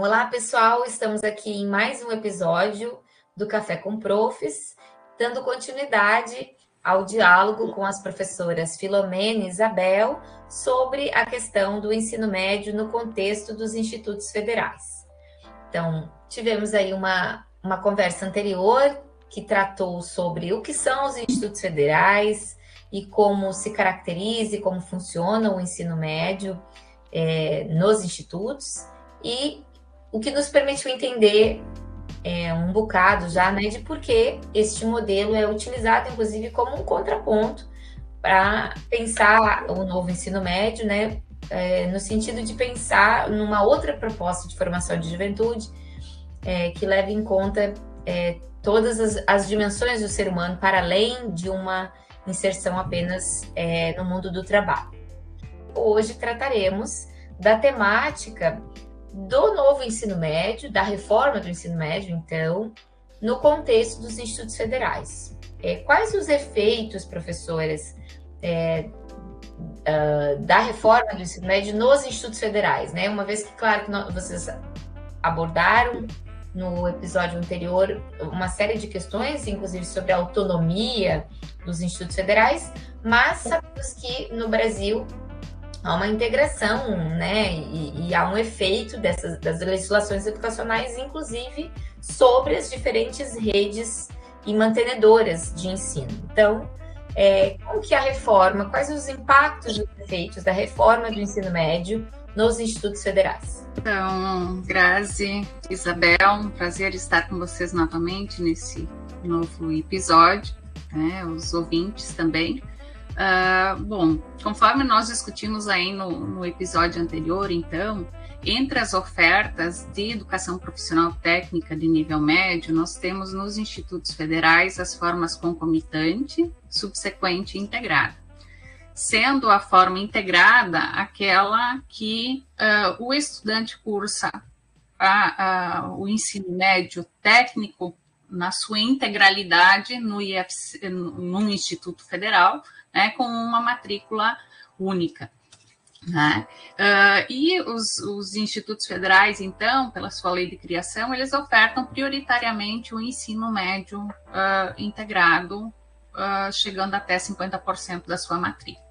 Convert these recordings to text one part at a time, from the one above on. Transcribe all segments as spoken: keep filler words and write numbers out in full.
olá pessoal, estamos aqui em mais um episódio do Café com Profs, dando continuidade ao diálogo com as professoras Filomena e Isabel sobre a questão do ensino médio no contexto dos institutos federais. Então, tivemos aí uma, uma conversa anterior que tratou sobre o que são os institutos federais e como se caracteriza e como funciona o ensino médio é, nos institutos, e o que nos permitiu entender é, um bocado já, né, de por que este modelo é utilizado, inclusive, como um contraponto para pensar o novo ensino médio, né, é, no sentido de pensar numa outra proposta de formação de juventude é, que leve em conta é, todas as, as dimensões do ser humano para além de uma inserção apenas é, no mundo do trabalho. Hoje trataremos da temática do novo ensino médio, da reforma do ensino médio, então, no contexto dos institutos federais. É, quais os efeitos, professoras, é, uh, da reforma do ensino médio nos institutos federais, né? Uma vez que, claro, que nós, vocês abordaram no episódio anterior uma série de questões, inclusive sobre a autonomia dos institutos federais, mas sabemos que no Brasil há uma integração, né, e, e há um efeito dessas das legislações educacionais, inclusive sobre as diferentes redes e mantenedoras de ensino. Então, é, como que a reforma, quais os impactos e os efeitos da reforma do ensino médio nos institutos federais? Então, Grazi, Isabel, um prazer estar com vocês novamente nesse novo episódio, né, os ouvintes também. Uh, bom, conforme nós discutimos aí no, no episódio anterior, então, entre as ofertas de educação profissional técnica de nível médio, nós temos nos institutos federais as formas concomitante, subsequente e integrada. Sendo a forma integrada aquela que uh, o estudante cursa a, a, o ensino médio técnico na sua integralidade no, I F C, no Instituto Federal, né, com uma matrícula única. Né? Uh, e os, os institutos federais, então, pela sua lei de criação, eles ofertam prioritariamente o ensino médio uh, integrado, uh, chegando até cinquenta por cento da sua matrícula.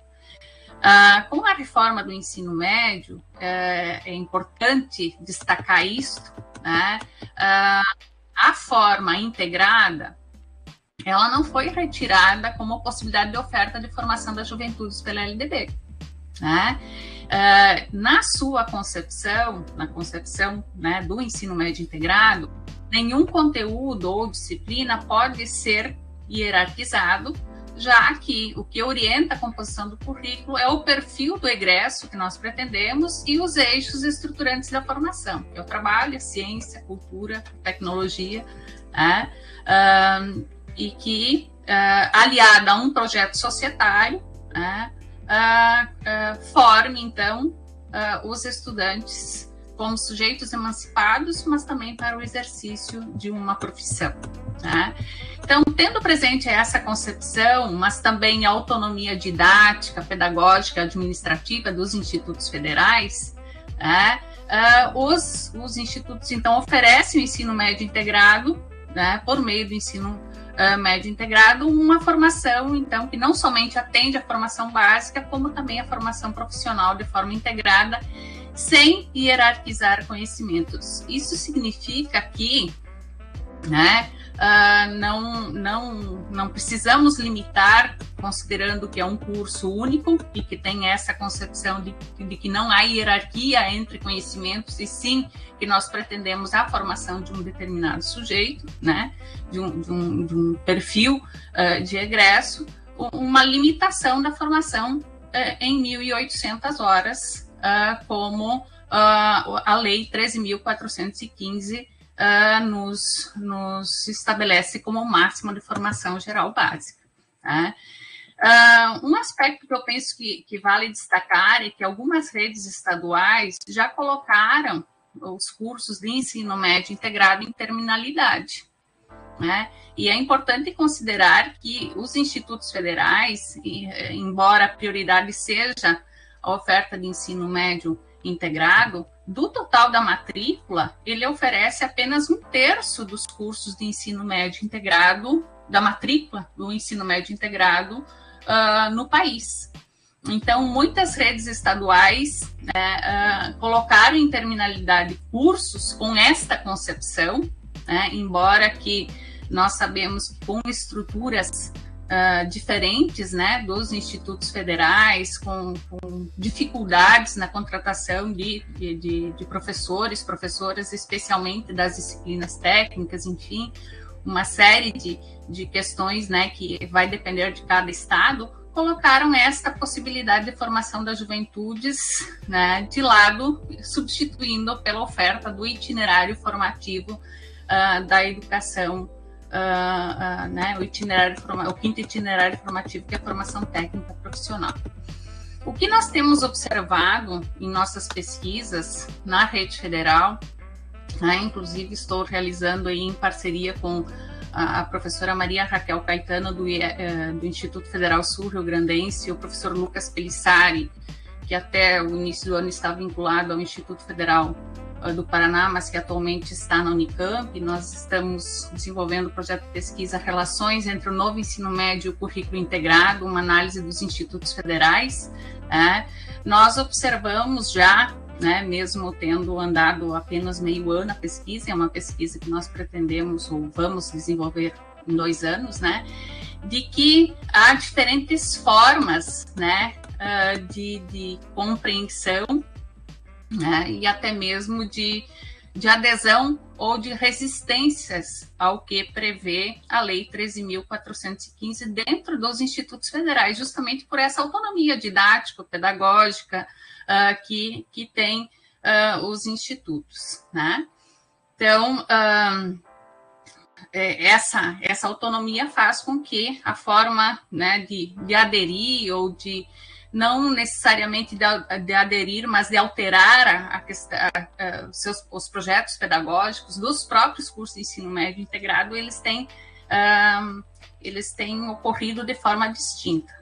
Uh, com a reforma do ensino médio, uh, é importante destacar isto, né? Uh, a forma integrada, ela não foi retirada como possibilidade de oferta de formação das juventudes pela L D B. Né? Uh, na sua concepção, na concepção, né, do ensino médio integrado, nenhum conteúdo ou disciplina pode ser hierarquizado, já que o que orienta a composição do currículo é o perfil do egresso que nós pretendemos e os eixos estruturantes da formação, que é o trabalho, a ciência, a cultura, a tecnologia, né? uh, e que, uh, aliada a um projeto societário, né, uh, uh, forme, então, uh, os estudantes como sujeitos emancipados, mas também para o exercício de uma profissão. Né? Então, tendo presente essa concepção, mas também a autonomia didática, pedagógica, administrativa dos institutos federais, né, uh, os, os institutos, então, oferecem o ensino médio integrado, né, por meio do ensino uh, médio integrado, uma formação, então, que não somente atende à formação básica, como também à formação profissional de forma integrada, sem hierarquizar conhecimentos. Isso significa que, né, uh, não, não, não precisamos limitar, considerando que é um curso único e que tem essa concepção de, de que não há hierarquia entre conhecimentos, e sim que nós pretendemos a formação de um determinado sujeito, né, de, um, de, um, de um perfil uh, de egresso, uma limitação da formação uh, em mil e oitocentas horas, Uh, como uh, a Lei treze mil quatrocentos e quinze uh, nos, nos estabelece como máximo de formação geral básica. Tá? Uh, um aspecto que eu penso que, que vale destacar é que algumas redes estaduais já colocaram os cursos de ensino médio integrado em terminalidade. Né? E é importante considerar que os institutos federais, e, embora a prioridade seja a oferta de ensino médio integrado, do total da matrícula, ele oferece apenas um terço dos cursos de ensino médio integrado, da matrícula do ensino médio integrado uh, no país. Então, muitas redes estaduais né, uh, colocaram em terminalidade cursos com esta concepção, né, embora que nós sabemos que com estruturas Uh, diferentes né, dos institutos federais, com, com dificuldades na contratação de, de, de, de professores, professoras, especialmente das disciplinas técnicas, enfim, uma série de, de questões né, que vai depender de cada estado, colocaram esta possibilidade de formação das juventudes né, de lado, substituindo pela oferta do itinerário formativo uh, da educação Uh, uh, né, o, itinerário, o quinto itinerário formativo, que é a formação técnica profissional. O que nós temos observado em nossas pesquisas na rede federal, né, inclusive estou realizando aí em parceria com a, a professora Maria Raquel Caetano, do, uh, do Instituto Federal Sul-Rio Grandense, e o professor Lucas Pelissari, que até o início do ano está vinculado ao Instituto Federal do Paraná, mas que atualmente está na Unicamp. Nós estamos desenvolvendo o projeto de pesquisa Relações entre o Novo Ensino Médio e o Currículo Integrado, uma análise dos institutos federais. Né? Nós observamos já, né, mesmo tendo andado apenas meio ano a pesquisa, é uma pesquisa que nós pretendemos ou vamos desenvolver em dois anos, né, de que há diferentes formas né, de, de compreensão né, e até mesmo de, de adesão ou de resistências ao que prevê a Lei treze mil quatrocentos e quinze dentro dos institutos federais, justamente por essa autonomia didática, pedagógica uh, que, que tem uh, os institutos. Né? Então, uh, essa, essa autonomia faz com que a forma né, de, de aderir ou de não necessariamente de, de aderir, mas de alterar a, a, a, a, seus, os projetos pedagógicos dos próprios cursos de ensino médio integrado, eles têm, uh, eles têm ocorrido de forma distinta.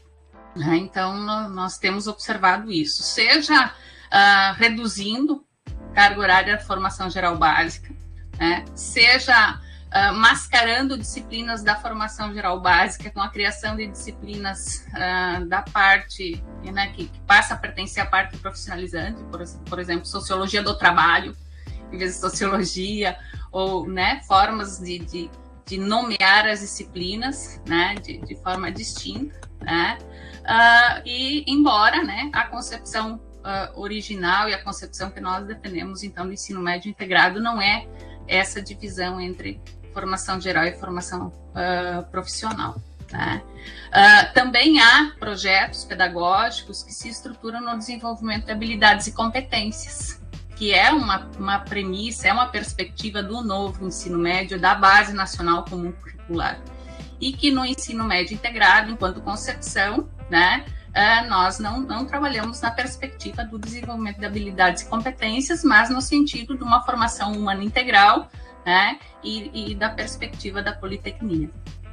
Né? Então, no, nós temos observado isso, seja uh, reduzindo carga horária da formação geral básica, né? Seja Uh, mascarando disciplinas da formação geral básica com a criação de disciplinas uh, da parte né, que, que passa a pertencer à parte profissionalizante, por, por exemplo, sociologia do trabalho, em vez de sociologia, ou né, formas de, de, de nomear as disciplinas né, de, de forma distinta. Né? Uh, e embora né, a concepção uh, original e a concepção que nós defendemos, então, do ensino médio integrado não é essa divisão entre formação geral e formação uh, profissional. Né? Uh, também há projetos pedagógicos que se estruturam no desenvolvimento de habilidades e competências, que é uma, uma premissa, é uma perspectiva do novo ensino médio, da Base Nacional Comum Curricular, e que no ensino médio integrado, enquanto concepção, né, uh, nós não, não trabalhamos na perspectiva do desenvolvimento de habilidades e competências, mas no sentido de uma formação humana integral, né, e, e da perspectiva da politecnia.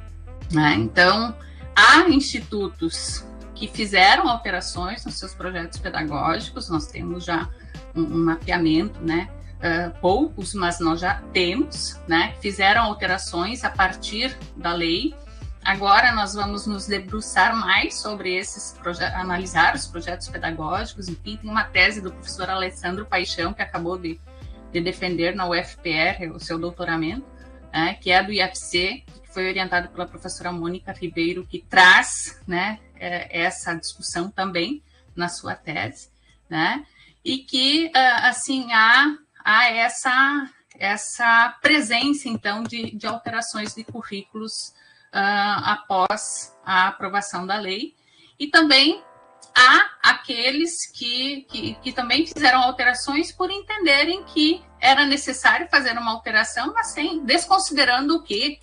Né? Então, há institutos que fizeram alterações nos seus projetos pedagógicos, nós temos já um, um mapeamento, né, uh, poucos, mas nós já temos, né, fizeram alterações a partir da lei. Agora nós vamos nos debruçar mais sobre esses projetos, analisar os projetos pedagógicos. Enfim, tem uma tese do professor Alessandro Paixão, que acabou de de defender na U F P R o seu doutoramento, né, que é do I F C, que foi orientado pela professora Mônica Ribeiro, que traz né, essa discussão também na sua tese, né, e que, assim, há, há essa, essa presença, então, de, de alterações de currículos uh, após a aprovação da lei, e também há aqueles que, que, que também fizeram alterações por entenderem que era necessário fazer uma alteração, mas sem, desconsiderando o que,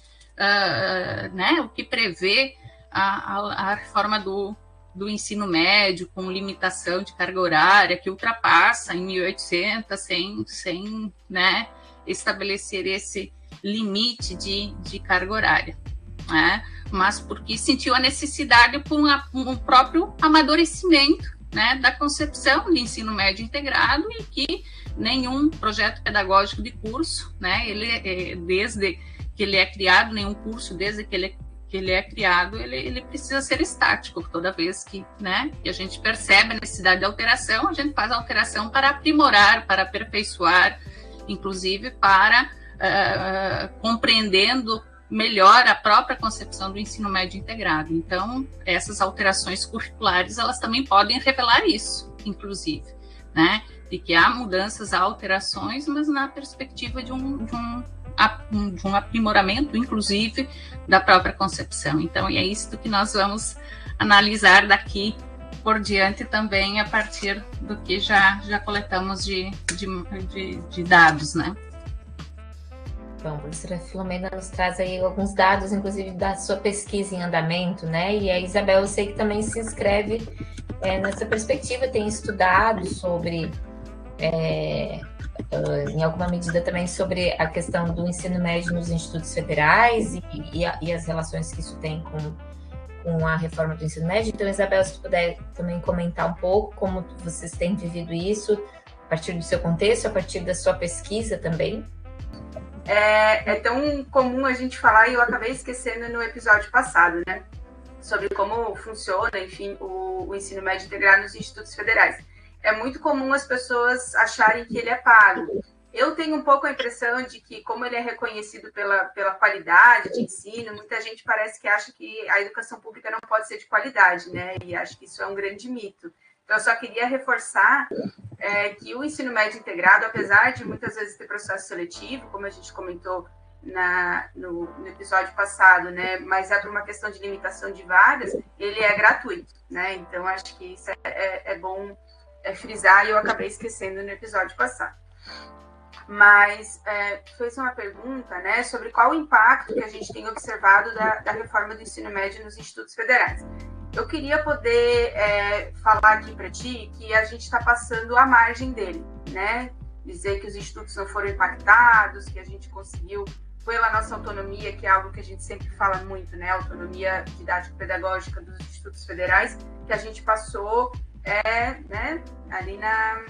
uh, né, o que prevê a, a, a reforma do, do ensino médio, com limitação de carga horária, que ultrapassa em mil e oitocentos, sem, sem né, estabelecer esse limite de, de carga horária. Né? Mas porque sentiu a necessidade por um, um próprio amadurecimento né, da concepção de ensino médio integrado e que nenhum projeto pedagógico de curso, né, ele é, desde que ele é criado, nenhum curso, desde que ele é, que ele é criado, ele, ele precisa ser estático. Toda vez que, né, que a gente percebe a necessidade de alteração, a gente faz a alteração para aprimorar, para aperfeiçoar, inclusive para uh, compreendendo melhor a própria concepção do ensino médio integrado. Então, essas alterações curriculares, elas também podem revelar isso, inclusive, né? De que há mudanças, há alterações, mas na perspectiva de um, de um, de um aprimoramento, inclusive, da própria concepção. Então, é isso que nós vamos analisar daqui por diante também, a partir do que já, já coletamos de, de, de, de dados, né? Bom, a professora Filomena nos traz aí alguns dados, inclusive da sua pesquisa em andamento, né? E a Isabel, eu sei que também se inscreve é, nessa perspectiva, tem estudado sobre, é, em alguma medida também, sobre a questão do ensino médio nos institutos federais e, e, a, e as relações que isso tem com, com a reforma do ensino médio. Então, Isabel, se puder também comentar um pouco como vocês têm vivido isso, a partir do seu contexto, a partir da sua pesquisa também. É, é tão comum a gente falar, e eu acabei esquecendo no episódio passado, né? Sobre como funciona, enfim, o, o ensino médio integrado nos institutos federais. É muito comum as pessoas acharem que ele é pago. Eu tenho um pouco a impressão de que, como ele é reconhecido pela, pela qualidade de ensino, muita gente parece que acha que a educação pública não pode ser de qualidade, né? E acho que isso é um grande mito. Então, eu só queria reforçar é, que o ensino médio integrado, apesar de muitas vezes ter processo seletivo, como a gente comentou na, no, no episódio passado, né, mas é por uma questão de limitação de vagas, ele é gratuito, né? Então, acho que isso é, é, é bom é, frisar, e eu acabei esquecendo no episódio passado. Mas é, fez uma pergunta, né, sobre qual o impacto que a gente tem observado da, da reforma do ensino médio nos institutos federais. Eu queria poder é, falar aqui para ti que a gente está passando a margem dele, né? Dizer que os institutos não foram impactados, que a gente conseguiu, pela nossa autonomia, que é algo que a gente sempre fala muito, né? Autonomia didático-pedagógica dos institutos federais, que a gente passou é, né, ali na,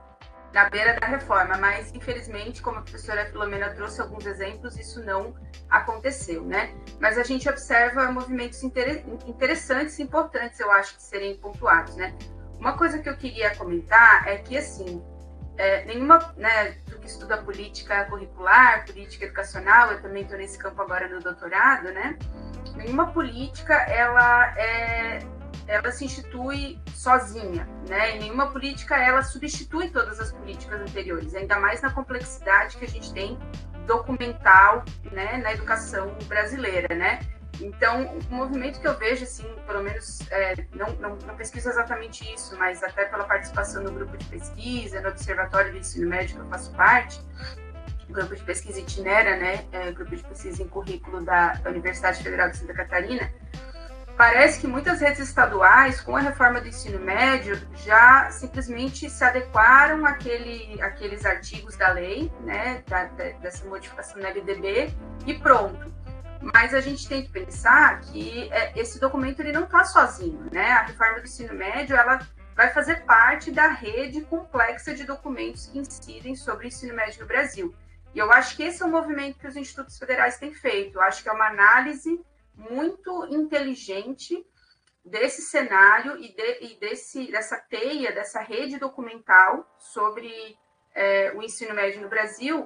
na beira da reforma. Mas, infelizmente, como a professora Filomena trouxe alguns exemplos, isso não aconteceu, né? Mas a gente observa movimentos inter... interessantes e importantes, eu acho, de serem pontuados, né? Uma coisa que eu queria comentar é que, assim, é, nenhuma, né, do que estuda política curricular, política educacional, eu também estou nesse campo agora no doutorado, né? Nenhuma política, ela, é, ela se institui sozinha, né? E nenhuma política, ela substitui todas as políticas anteriores, ainda mais na complexidade que a gente tem documental, né, na educação brasileira, né? Então, o movimento que eu vejo, assim, pelo menos, é, não, não, não pesquiso exatamente isso, mas até pela participação no grupo de pesquisa, no Observatório do Ensino Médio que eu faço parte, grupo de pesquisa Itinera, né, é, grupo de pesquisa em currículo da, da Universidade Federal de Santa Catarina, parece que muitas redes estaduais, com a reforma do ensino médio, já simplesmente se adequaram àquele, àqueles artigos da lei, né, da, da, dessa modificação da L D B, e pronto. Mas a gente tem que pensar que é, esse documento ele não está sozinho, né? A reforma do ensino médio ela vai fazer parte da rede complexa de documentos que incidem sobre o ensino médio no Brasil. E eu acho que esse é o movimento que os institutos federais têm feito. Eu acho que é uma análise muito inteligente desse cenário e, de, e desse, dessa teia, dessa rede documental sobre é, o ensino médio no Brasil,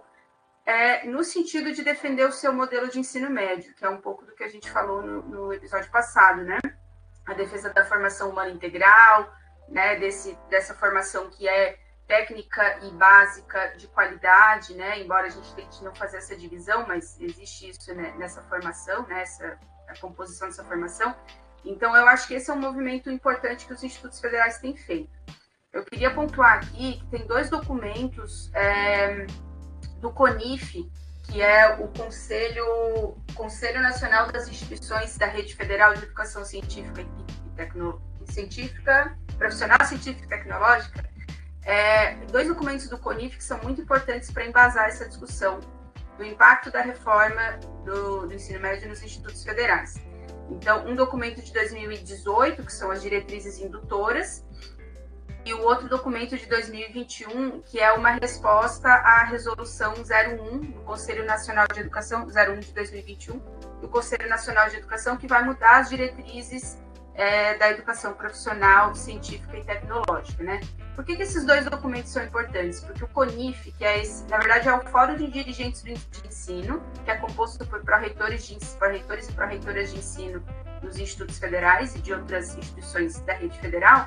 é, no sentido de defender o seu modelo de ensino médio, que é um pouco do que a gente falou no, no episódio passado, né? A defesa da formação humana integral, né? Desse, dessa formação que é técnica e básica de qualidade, né? Embora a gente tente não fazer essa divisão, mas existe isso, né, nessa formação, né? Essa, a composição dessa formação. Então, eu acho que esse é um movimento importante que os institutos federais têm feito. Eu queria pontuar aqui que tem dois documentos é, do CONIF, que é o Conselho, Conselho Nacional das Instituições da Rede Federal de Educação Científica e Tecno, Científica, Profissional Científica e Tecnológica, é, dois documentos do CONIF que são muito importantes para embasar essa discussão do impacto da reforma do, do ensino médio nos institutos federais. Então, um documento de dois mil e dezoito, que são as diretrizes indutoras, e o outro documento de dois mil e vinte e um, que é uma resposta à resolução zero um do Conselho Nacional de Educação, zero um de dois mil e vinte e um, do Conselho Nacional de Educação, que vai mudar as diretrizes é, da educação profissional, científica e tecnológica, né? Por que, que esses dois documentos são importantes? Porque o CONIF, que é esse, na verdade é o Fórum de Dirigentes de Ensino, que é composto por pró-reitores de, pró-reitores e pró-reitoras de ensino dos institutos federais e de outras instituições da rede federal,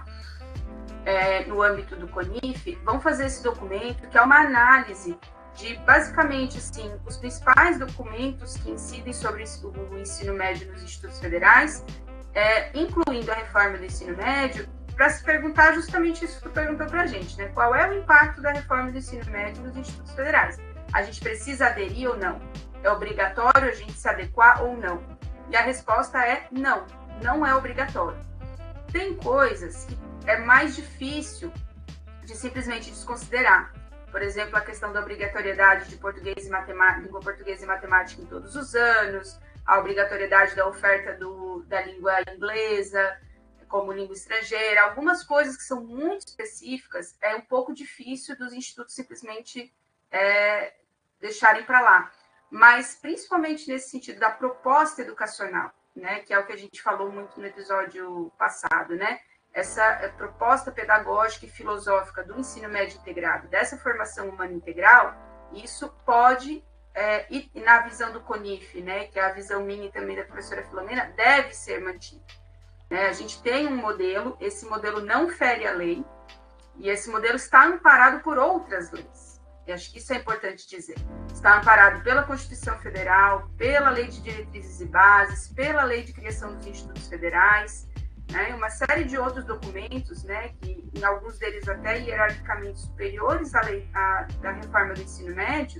é, no âmbito do CONIF, vão fazer esse documento, que é uma análise de, basicamente, assim, os principais documentos que incidem sobre o ensino médio nos institutos federais, é, incluindo a reforma do ensino médio, para se perguntar justamente isso que tu perguntou para a gente, né? Qual é o impacto da reforma do ensino médio nos institutos federais? A gente precisa aderir ou não? É obrigatório a gente se adequar ou não? E a resposta é não, não é obrigatório. Tem coisas que é mais difícil de simplesmente desconsiderar. Por exemplo, a questão da obrigatoriedade de português e matemática, língua portuguesa e matemática em todos os anos, a obrigatoriedade da oferta do, da língua inglesa como língua estrangeira, algumas coisas que são muito específicas, é um pouco difícil dos institutos simplesmente é, deixarem para lá. Mas, principalmente nesse sentido da proposta educacional, né, que é o que a gente falou muito no episódio passado, né? Essa proposta pedagógica e filosófica do ensino médio integrado, dessa formação humana integral, isso pode, é, e na visão do CONIF, né, que é a visão minha e também da professora Filomena, deve ser mantido. Né? A gente tem um modelo, esse modelo não fere a lei, e esse modelo está amparado por outras leis. Eu acho que isso é importante dizer. Está amparado pela Constituição Federal, pela Lei de Diretrizes e Bases, pela Lei de Criação dos Institutos Federais, né? Uma série de outros documentos, né, que em alguns deles até hierarquicamente superiores à lei à, da reforma do ensino médio,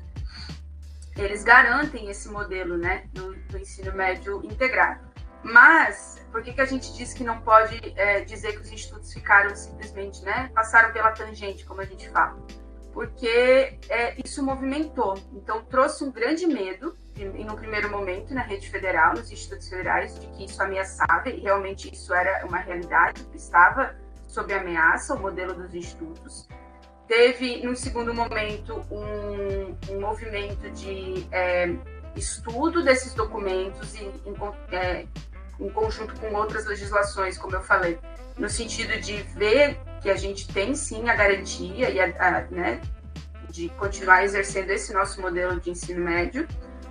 eles garantem esse modelo, né, do, do ensino médio integrado. Mas, por que, que a gente diz que não pode é, dizer que os institutos ficaram simplesmente, né, passaram pela tangente, como a gente fala? Porque é, isso movimentou, então trouxe um grande medo, em um primeiro momento, na rede federal, nos institutos federais, de que isso ameaçava, e realmente isso era uma realidade, estava sob ameaça, o modelo dos institutos. Teve, num segundo momento, um, um movimento de é, estudo desses documentos em, em, é, em conjunto com outras legislações, como eu falei, no sentido de ver que a gente tem, sim, a garantia e a, a, né, de continuar exercendo esse nosso modelo de ensino médio.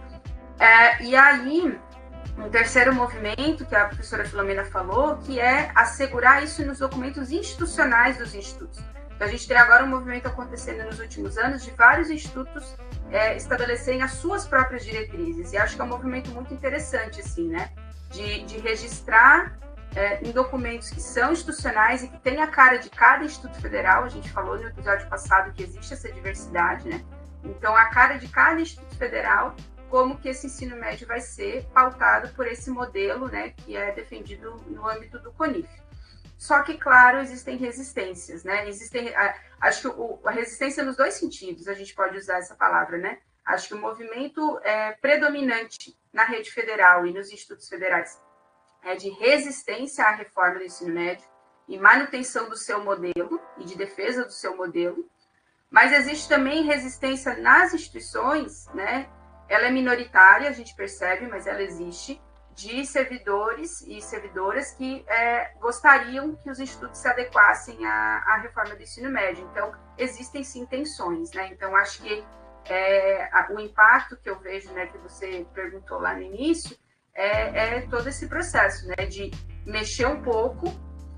É, e aí, um terceiro movimento, que a professora Filomena falou, que é assegurar isso nos documentos institucionais dos institutos. Então, a gente tem agora um movimento acontecendo nos últimos anos de vários institutos é, estabelecerem as suas próprias diretrizes. E acho que é um movimento muito interessante, assim, né? De, de registrar é, em documentos que são institucionais e que tem a cara de cada instituto federal. A gente falou no episódio passado que existe essa diversidade, né? Então, a cara de cada instituto federal, como que esse ensino médio vai ser pautado por esse modelo, né, que é defendido no âmbito do CONIF. Só que, claro, existem resistências, né? Existem, acho que o, a resistência nos dois sentidos, a gente pode usar essa palavra, né? Acho que o movimento é, predominante na rede federal e nos institutos federais é de resistência à reforma do ensino médio e manutenção do seu modelo e de defesa do seu modelo, mas existe também resistência nas instituições, né? Ela é minoritária, a gente percebe, mas ela existe, de servidores e servidoras que é, gostariam que os institutos se adequassem à, à reforma do ensino médio. Então, existem sim tensões, né? Então, acho que é, a, o impacto que eu vejo, né, que você perguntou lá no início, é, é todo esse processo, né, de mexer um pouco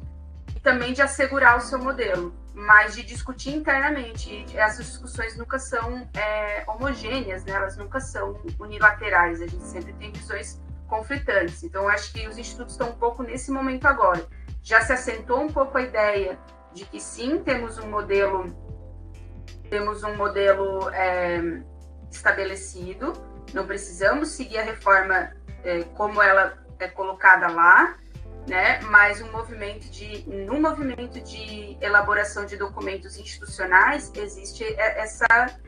e também de assegurar o seu modelo, mas de discutir internamente. E essas discussões nunca são é, homogêneas, né? Elas nunca são unilaterais, a gente sempre tem visões conflitantes. Então, acho que os institutos estão um pouco nesse momento agora. Já se assentou um pouco a ideia de que sim, temos um modelo, temos um modelo é, estabelecido, não precisamos seguir a reforma é, como ela é colocada lá, né? Mas um movimento de, no movimento de elaboração de documentos institucionais existe essa,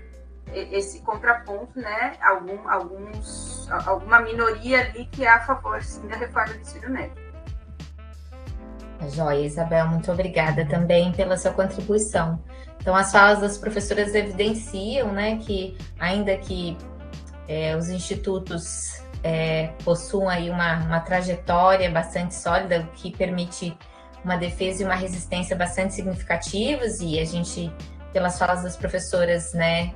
esse contraponto, né? Algum, alguns, alguma minoria ali que é a favor, sim, da reforma do ensino médio. Joia, Isabel, muito obrigada também pela sua contribuição. Então, as falas das professoras evidenciam, né, que ainda que é, os institutos é, possuam aí uma, uma trajetória bastante sólida, que permite uma defesa e uma resistência bastante significativas, e a gente, pelas falas das professoras, né,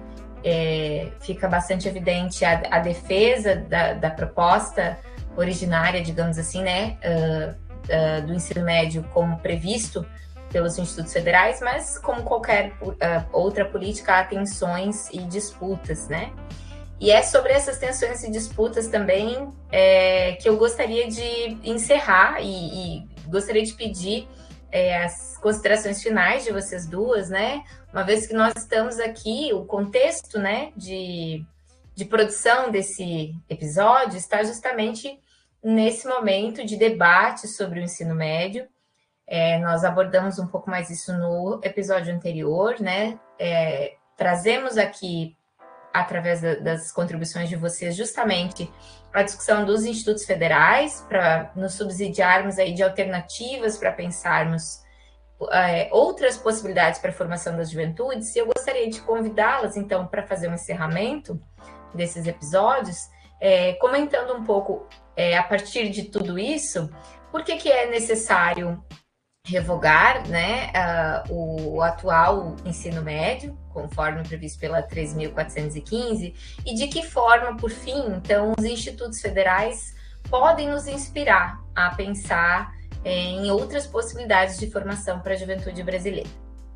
é, fica bastante evidente a, a defesa da, da proposta originária, digamos assim, né, uh, uh, do ensino médio como previsto pelos institutos federais, mas como qualquer uh, outra política, há tensões e disputas, né? E é sobre essas tensões e disputas também é, que eu gostaria de encerrar e, e gostaria de pedir é, as considerações finais de vocês duas, né? Uma vez que nós estamos aqui, o contexto, né, de, de produção desse episódio está justamente nesse momento de debate sobre o ensino médio. É, nós abordamos um pouco mais isso no episódio anterior, né? É, trazemos aqui, através da, das contribuições de vocês, justamente a discussão dos institutos federais, para nos subsidiarmos aí de alternativas para pensarmos é, outras possibilidades para a formação das juventudes. E eu gostaria de convidá-las, então, para fazer um encerramento desses episódios, é, comentando um pouco, é, a partir de tudo isso, por que que é necessário revogar, né, uh, o, o atual ensino médio, conforme previsto pela três mil quatrocentos e quinze, e de que forma, por fim, então, os institutos federais podem nos inspirar a pensar eh, em outras possibilidades de formação para a juventude brasileira.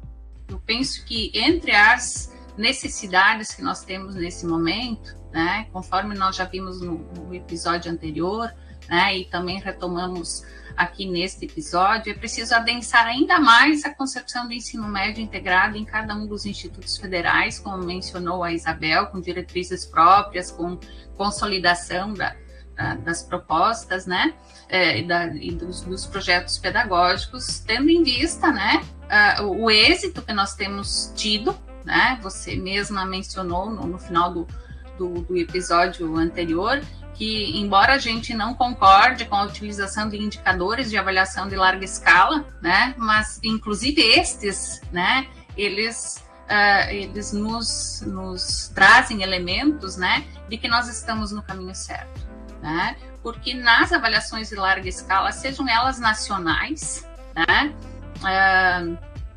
Eu penso que entre as necessidades que nós temos nesse momento, né, conforme nós já vimos no, no episódio anterior, né, e também retomamos aqui neste episódio, é preciso adensar ainda mais a concepção do ensino médio integrado em cada um dos institutos federais, como mencionou a Isabel, com diretrizes próprias, com consolidação da, da, das propostas, né, é, e, da, e dos, dos projetos pedagógicos, tendo em vista, né, uh, o, o êxito que nós temos tido, né, você mesma mencionou no, no final do, do, do episódio anterior, que, embora a gente não concorde com a utilização de indicadores de avaliação de larga escala, né, mas, inclusive, estes, né, eles, uh, eles nos, nos trazem elementos, né, de que nós estamos no caminho certo, né, porque nas avaliações de larga escala, sejam elas nacionais, né, uh,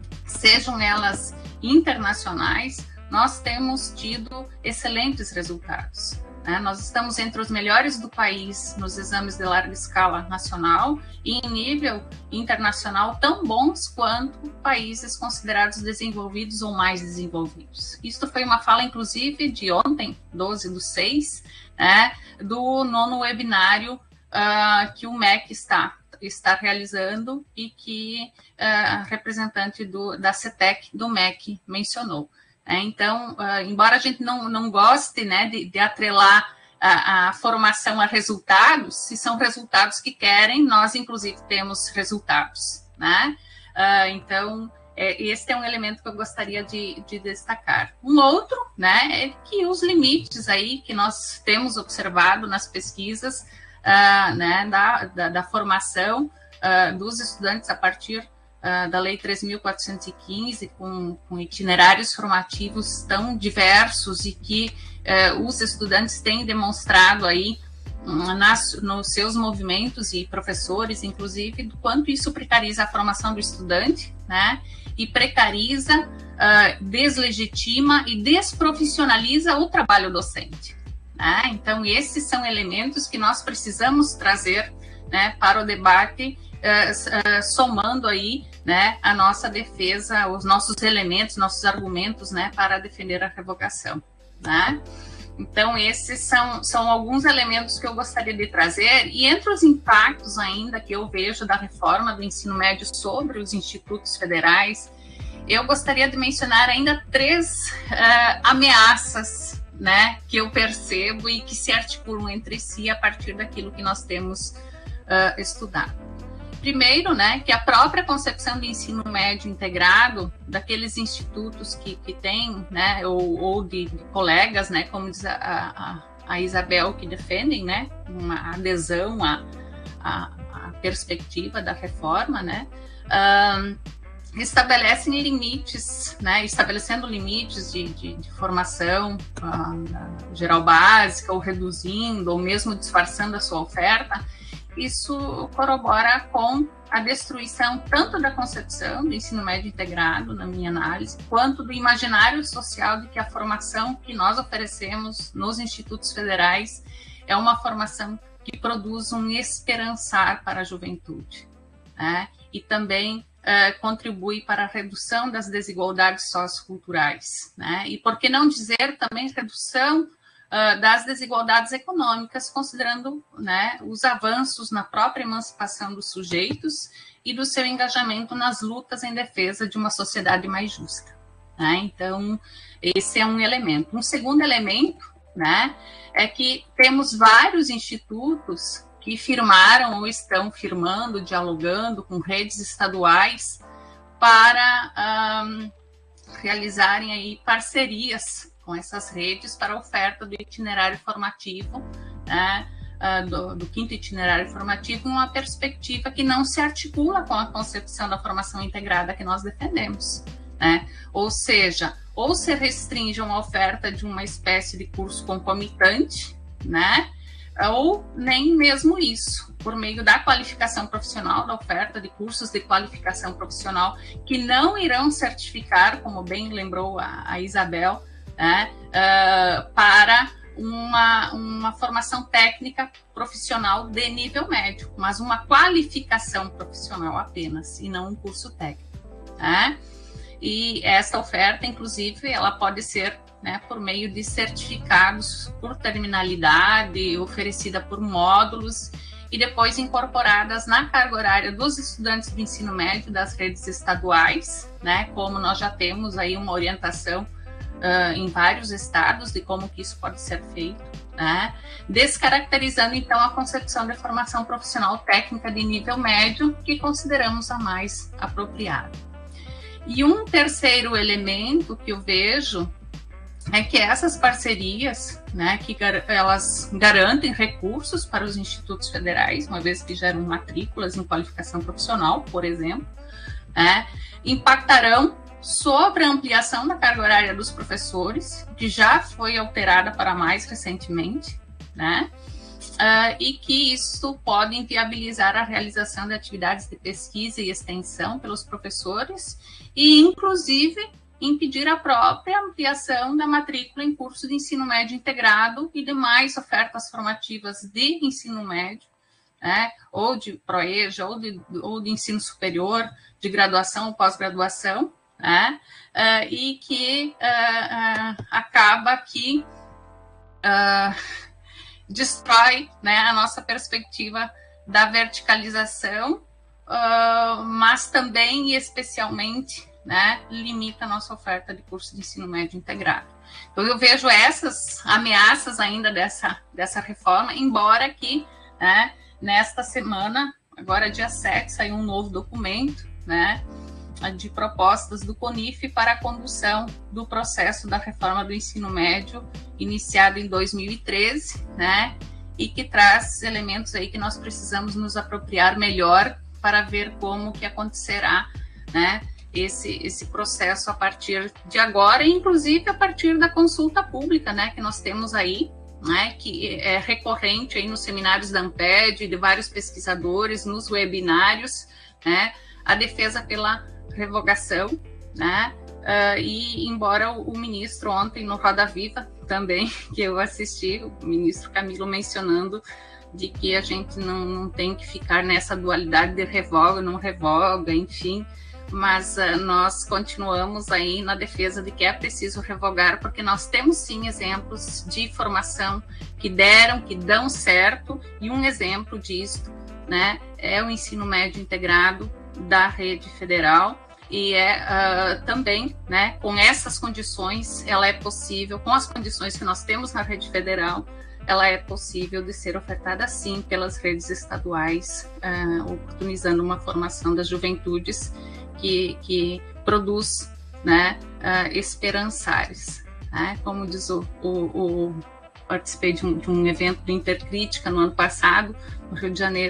sejam elas internacionais, nós temos tido excelentes resultados. Né? Nós estamos entre os melhores do país nos exames de larga escala nacional e em nível internacional tão bons quanto países considerados desenvolvidos ou mais desenvolvidos. Isso foi uma fala, inclusive, de ontem, doze do seis, né, do nono webinário uh, que o M E C está, está realizando e que a uh, representante do, da CETEC do M E C mencionou. É, então, uh, embora a gente não, não goste, né, de, de atrelar a, a formação a resultados, se são resultados que querem, nós, inclusive, temos resultados, né? Uh, então, é, esse é um elemento que eu gostaria de, de destacar. Um outro, né, é que os limites aí que nós temos observado nas pesquisas, uh, né, da, da, da formação uh, dos estudantes a partir Uh, da Lei três mil quatrocentos e quinze, com, com itinerários formativos tão diversos e que uh, os estudantes têm demonstrado aí uh, nas, nos seus movimentos e professores, inclusive, do quanto isso precariza a formação do estudante, né? E precariza, uh, deslegitima e desprofissionaliza o trabalho docente, né? Então, esses são elementos que nós precisamos trazer, né, para o debate, uh, uh, somando aí, né, a nossa defesa, os nossos elementos, nossos argumentos, né, para defender a revogação, né? Então, esses são, são alguns elementos que eu gostaria de trazer, e entre os impactos ainda que eu vejo da reforma do ensino médio sobre os institutos federais, eu gostaria de mencionar ainda três uh, ameaças, né, que eu percebo e que se articulam entre si a partir daquilo que nós temos uh, estudado. Primeiro, né, que a própria concepção de ensino médio integrado, daqueles institutos que, que têm, né, ou, ou de, de colegas, né, como diz a, a, a Isabel, que defendem, né, uma adesão a, a, a perspectiva da reforma, né, uh, estabelecem limites, né, estabelecendo limites de, de, de formação uh, geral básica, ou reduzindo, ou mesmo disfarçando a sua oferta. Isso corrobora com a destruição tanto da concepção do ensino médio integrado, na minha análise, quanto do imaginário social de que a formação que nós oferecemos nos institutos federais é uma formação que produz um esperançar para a juventude, né? E também uh, contribui para a redução das desigualdades socioculturais, né? E por que não dizer também redução uh, das desigualdades econômicas, considerando, né, os avanços na própria emancipação dos sujeitos e do seu engajamento nas lutas em defesa de uma sociedade mais justa, né? Então, esse é um elemento. Um segundo elemento, né, é que temos vários institutos que firmaram ou estão firmando, dialogando com redes estaduais para um, realizarem aí parcerias com essas redes para a oferta do itinerário formativo, né, uh, do, do quinto itinerário formativo, uma perspectiva que não se articula com a concepção da formação integrada que nós defendemos, né? Ou seja, ou se restringe a oferta de uma espécie de curso concomitante, né? Ou nem mesmo isso, por meio da qualificação profissional, da oferta de cursos de qualificação profissional que não irão certificar, como bem lembrou a, a Isabel, né, uh, para uma, uma formação técnica profissional de nível médio, mas uma qualificação profissional apenas, e não um curso técnico, né? E essa oferta, inclusive, ela pode ser, né, por meio de certificados por terminalidade, oferecida por módulos e depois incorporadas na carga horária dos estudantes do ensino médio das redes estaduais, né, como nós já temos aí uma orientação uh, em vários estados de como que isso pode ser feito, né, descaracterizando, então, a concepção de formação profissional técnica de nível médio, que consideramos a mais apropriada. E um terceiro elemento que eu vejo é que essas parcerias, né, que gar- elas garantem recursos para os institutos federais, uma vez que geram matrículas em qualificação profissional, por exemplo, né, impactarão sobre a ampliação da carga horária dos professores, que já foi alterada para mais recentemente, né, uh, e que isso pode inviabilizar a realização de atividades de pesquisa e extensão pelos professores e, inclusive, impedir a própria ampliação da matrícula em curso de ensino médio integrado e demais ofertas formativas de ensino médio, né, ou de proeja, ou de, ou de ensino superior, de graduação ou pós-graduação, né, uh, e que uh, uh, acaba que uh, destrói, né, a nossa perspectiva da verticalização, uh, mas também e especialmente, né, limita a nossa oferta de curso de ensino médio integrado. Então, eu vejo essas ameaças ainda dessa, dessa reforma, embora que, né, nesta semana, agora dia sete, saiu um novo documento, né, de propostas do CONIF para a condução do processo da reforma do ensino médio, iniciado em dois mil e treze, né, e que traz elementos aí que nós precisamos nos apropriar melhor para ver como que acontecerá, né, esse, esse processo a partir de agora, e inclusive a partir da consulta pública, né, que nós temos aí, né, que é recorrente aí nos seminários da ANPED, de vários pesquisadores, nos webinários, né, a defesa pela revogação, né, uh, e embora o, o ministro ontem no Roda Viva também, que eu assisti, o ministro Camilo mencionando de que a gente não, não tem que ficar nessa dualidade de revoga, não revoga, enfim, mas uh, nós continuamos aí na defesa de que é preciso revogar, porque nós temos sim exemplos de formação que deram, que dão certo, e um exemplo disso, né, é o ensino médio integrado da rede federal, e é uh, também, né, com essas condições, ela é possível, com as condições que nós temos na rede federal, ela é possível de ser ofertada sim pelas redes estaduais, uh, oportunizando uma formação das juventudes que, que produz, né, uh, esperançares, né? Como diz o, o, o participei de um, de um evento de Intercrítica no ano passado, no Rio de Janeiro,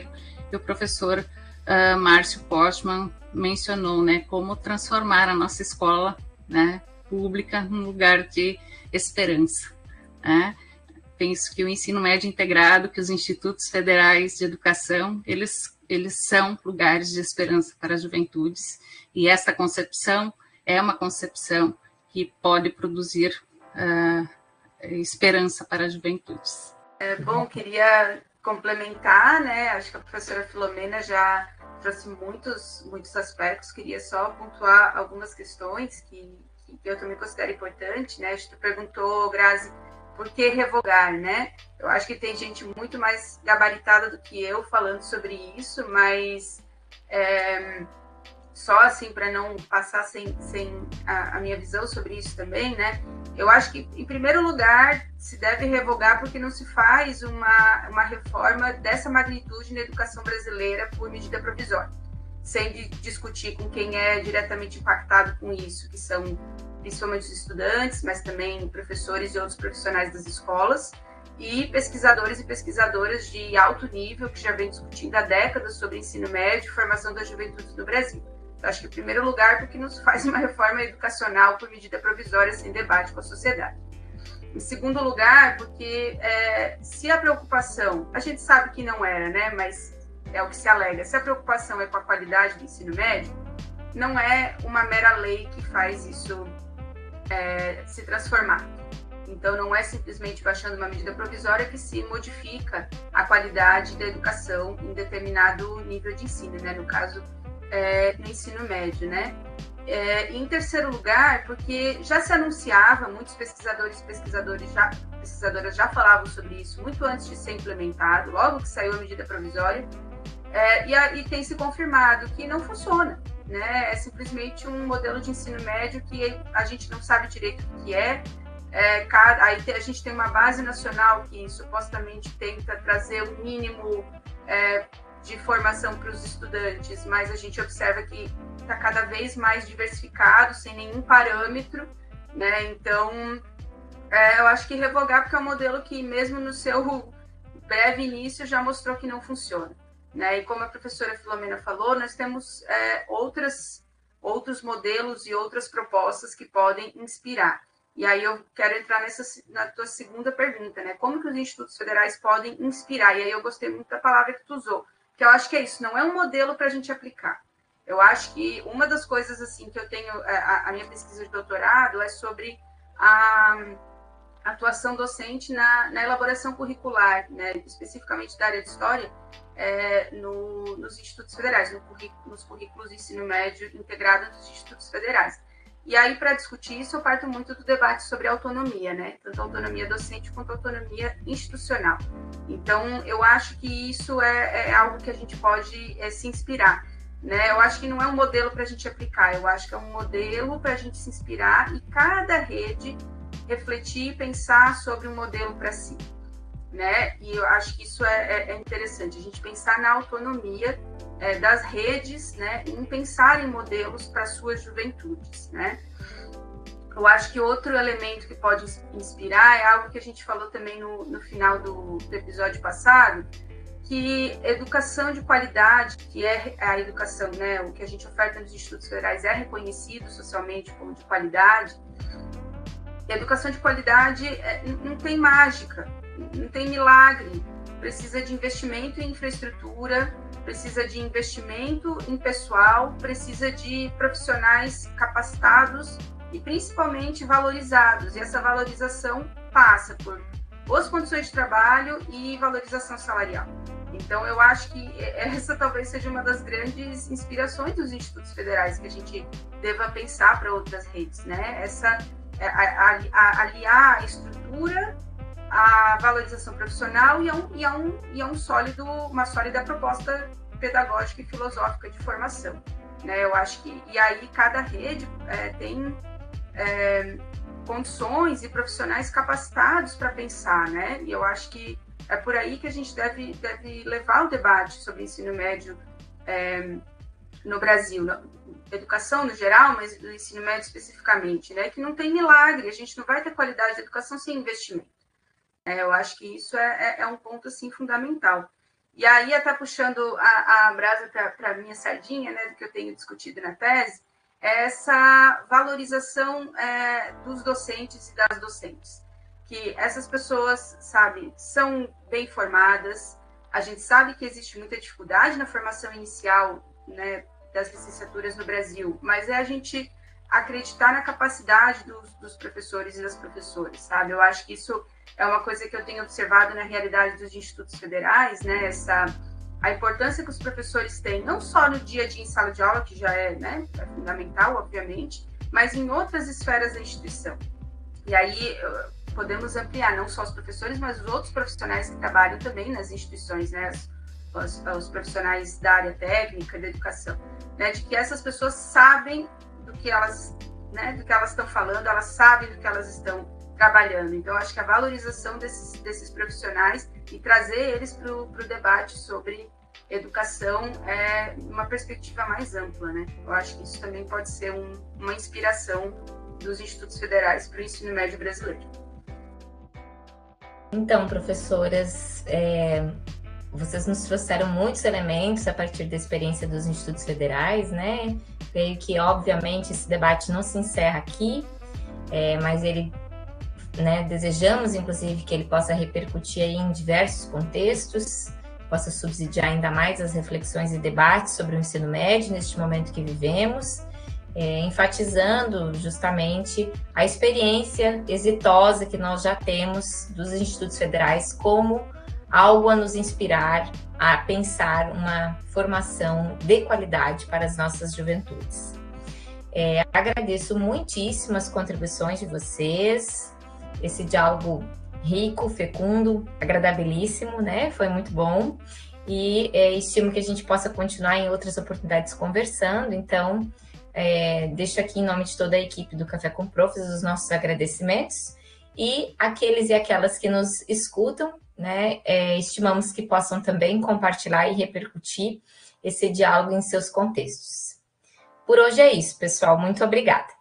que o professor uh, Márcio Postman mencionou, né, como transformar a nossa escola, né, pública num lugar de esperança, né? Penso que o ensino médio integrado, que os institutos federais de educação, eles, eles são lugares de esperança para as juventudes, e essa concepção é uma concepção que pode produzir uh, esperança para as juventudes. É bom, queria complementar, né? Acho que a professora Filomena já trouxe muitos, muitos aspectos, queria só pontuar algumas questões que, que eu também considero importante, né? A gente perguntou, Grazi, por que revogar, né? Eu acho que tem gente muito mais gabaritada do que eu falando sobre isso, mas é, só assim para não passar sem, sem a, a minha visão sobre isso também, né? Eu acho que, em primeiro lugar, se deve revogar porque não se faz uma, uma reforma dessa magnitude na educação brasileira por medida provisória, sem de discutir com quem é diretamente impactado com isso, que são principalmente os estudantes, mas também professores e outros profissionais das escolas, e pesquisadores e pesquisadoras de alto nível, que já vem discutindo há décadas sobre ensino médio e formação das juventudes no Brasil. Eu acho que, em primeiro lugar, porque não se faz uma reforma educacional por medida provisória sem debate com a sociedade. Em segundo lugar, porque é, se a preocupação, a gente sabe que não era, né, mas é o que se alega, se a preocupação é com a qualidade do ensino médio, não é uma mera lei que faz isso é, se transformar. Então, não é simplesmente baixando uma medida provisória que se modifica a qualidade da educação em determinado nível de ensino, né, no caso, É, no ensino médio, né? É, em terceiro lugar, porque já se anunciava, muitos pesquisadores e pesquisadores já, pesquisadoras já falavam sobre isso muito antes de ser implementado, logo que saiu a medida provisória, é, e, a, e tem se confirmado que não funciona, né? É simplesmente um modelo de ensino médio que a gente não sabe direito o que é. É, cada, aí a gente tem uma base nacional que supostamente tenta trazer o mínimo é, de formação para os estudantes, mas a gente observa que está cada vez mais diversificado, sem nenhum parâmetro, né? Então, é, eu acho que revogar, porque é um modelo que, mesmo no seu breve início, já mostrou que não funciona, né? E como a professora Filomena falou, nós temos é, outras, outros modelos e outras propostas que podem inspirar. E aí eu quero entrar nessa, na tua segunda pergunta, né? Como que os institutos federais podem inspirar? E aí eu gostei muito da palavra que tu usou, que eu acho que é isso, não é um modelo para a gente aplicar. Eu acho que uma das coisas assim que eu tenho, a, a minha pesquisa de doutorado é sobre a atuação docente na, na elaboração curricular, né, especificamente da área de História, é, no, nos institutos federais, no currículo, nos currículos de ensino médio integrado dos institutos federais. E aí, para discutir isso, eu parto muito do debate sobre autonomia, né? Tanto autonomia docente quanto autonomia institucional. Então, eu acho que isso é, é algo que a gente pode é, se inspirar, né? Eu acho que não é um modelo para a gente aplicar, eu acho que é um modelo para a gente se inspirar e cada rede refletir e pensar sobre um modelo para si, né? E eu acho que isso é, é interessante, a gente pensar na autonomia é, das redes, né? Em pensar em modelos para suas juventudes, né? Eu acho que outro elemento que pode inspirar é algo que a gente falou também no, no final do, do episódio passado, que educação de qualidade, que é a educação, né? O que a gente oferta nos institutos federais é reconhecido socialmente como de qualidade. E a educação de qualidade é, não tem mágica, não tem milagre, precisa de investimento em infraestrutura, precisa de investimento em pessoal, precisa de profissionais capacitados e principalmente valorizados. E essa valorização passa por boas condições de trabalho e valorização salarial. Então, eu acho que essa talvez seja uma das grandes inspirações dos institutos federais que a gente deva pensar para outras redes, né? Essa a, a, a, aliar a estrutura, a valorização profissional e a, um, e a, um, e a um sólido, uma sólida proposta pedagógica e filosófica de formação, né? Eu acho que e aí cada rede é, tem é, condições e profissionais capacitados para pensar, né? E eu acho que é por aí que a gente deve, deve levar o debate sobre ensino médio é, no Brasil, na educação no geral, mas no ensino médio especificamente, né? Que não tem milagre, a gente não vai ter qualidade de educação sem investimento. É, eu acho que isso é, é, é um ponto assim fundamental. E aí, até puxando a, a brasa para a minha sardinha, né, do que eu tenho discutido na tese, é essa valorização é, dos docentes e das docentes. Que essas pessoas, sabe, são bem formadas, a gente sabe que existe muita dificuldade na formação inicial, né, das licenciaturas no Brasil, mas é a gente acreditar na capacidade dos, dos professores e das professoras, sabe? Eu acho que isso é uma coisa que eu tenho observado na realidade dos institutos federais, né? Essa, a importância que os professores têm, não só no dia a dia em sala de aula, que já é, né, é fundamental, obviamente, mas em outras esferas da instituição. E aí podemos ampliar, não só os professores, mas os outros profissionais que trabalham também nas instituições, né? Os, os profissionais da área técnica, da educação, né? De que essas pessoas sabem do que elas, né, do que elas estão falando, elas sabem do que elas estão trabalhando. Então, acho que a valorização desses, desses profissionais e trazer eles para o debate sobre educação é uma perspectiva mais ampla, né? Eu acho que isso também pode ser um, uma inspiração dos institutos federais para o ensino médio brasileiro. Então, professoras, é, vocês nos trouxeram muitos elementos a partir da experiência dos institutos federais, né? Creio que, obviamente, esse debate não se encerra aqui, é, mas ele, né, desejamos, inclusive, que ele possa repercutir aí em diversos contextos, possa subsidiar ainda mais as reflexões e debates sobre o ensino médio neste momento que vivemos, é, enfatizando justamente a experiência exitosa que nós já temos dos institutos federais como algo a nos inspirar a pensar uma formação de qualidade para as nossas juventudes. É, agradeço muitíssimo as contribuições de vocês, esse diálogo rico, fecundo, agradabilíssimo, né? Foi muito bom e é, estimo que a gente possa continuar em outras oportunidades conversando. Então, é, deixo aqui em nome de toda a equipe do Café com Profs os nossos agradecimentos e aqueles e aquelas que nos escutam, né? É, estimamos que possam também compartilhar e repercutir esse diálogo em seus contextos. Por hoje é isso, pessoal. Muito obrigada.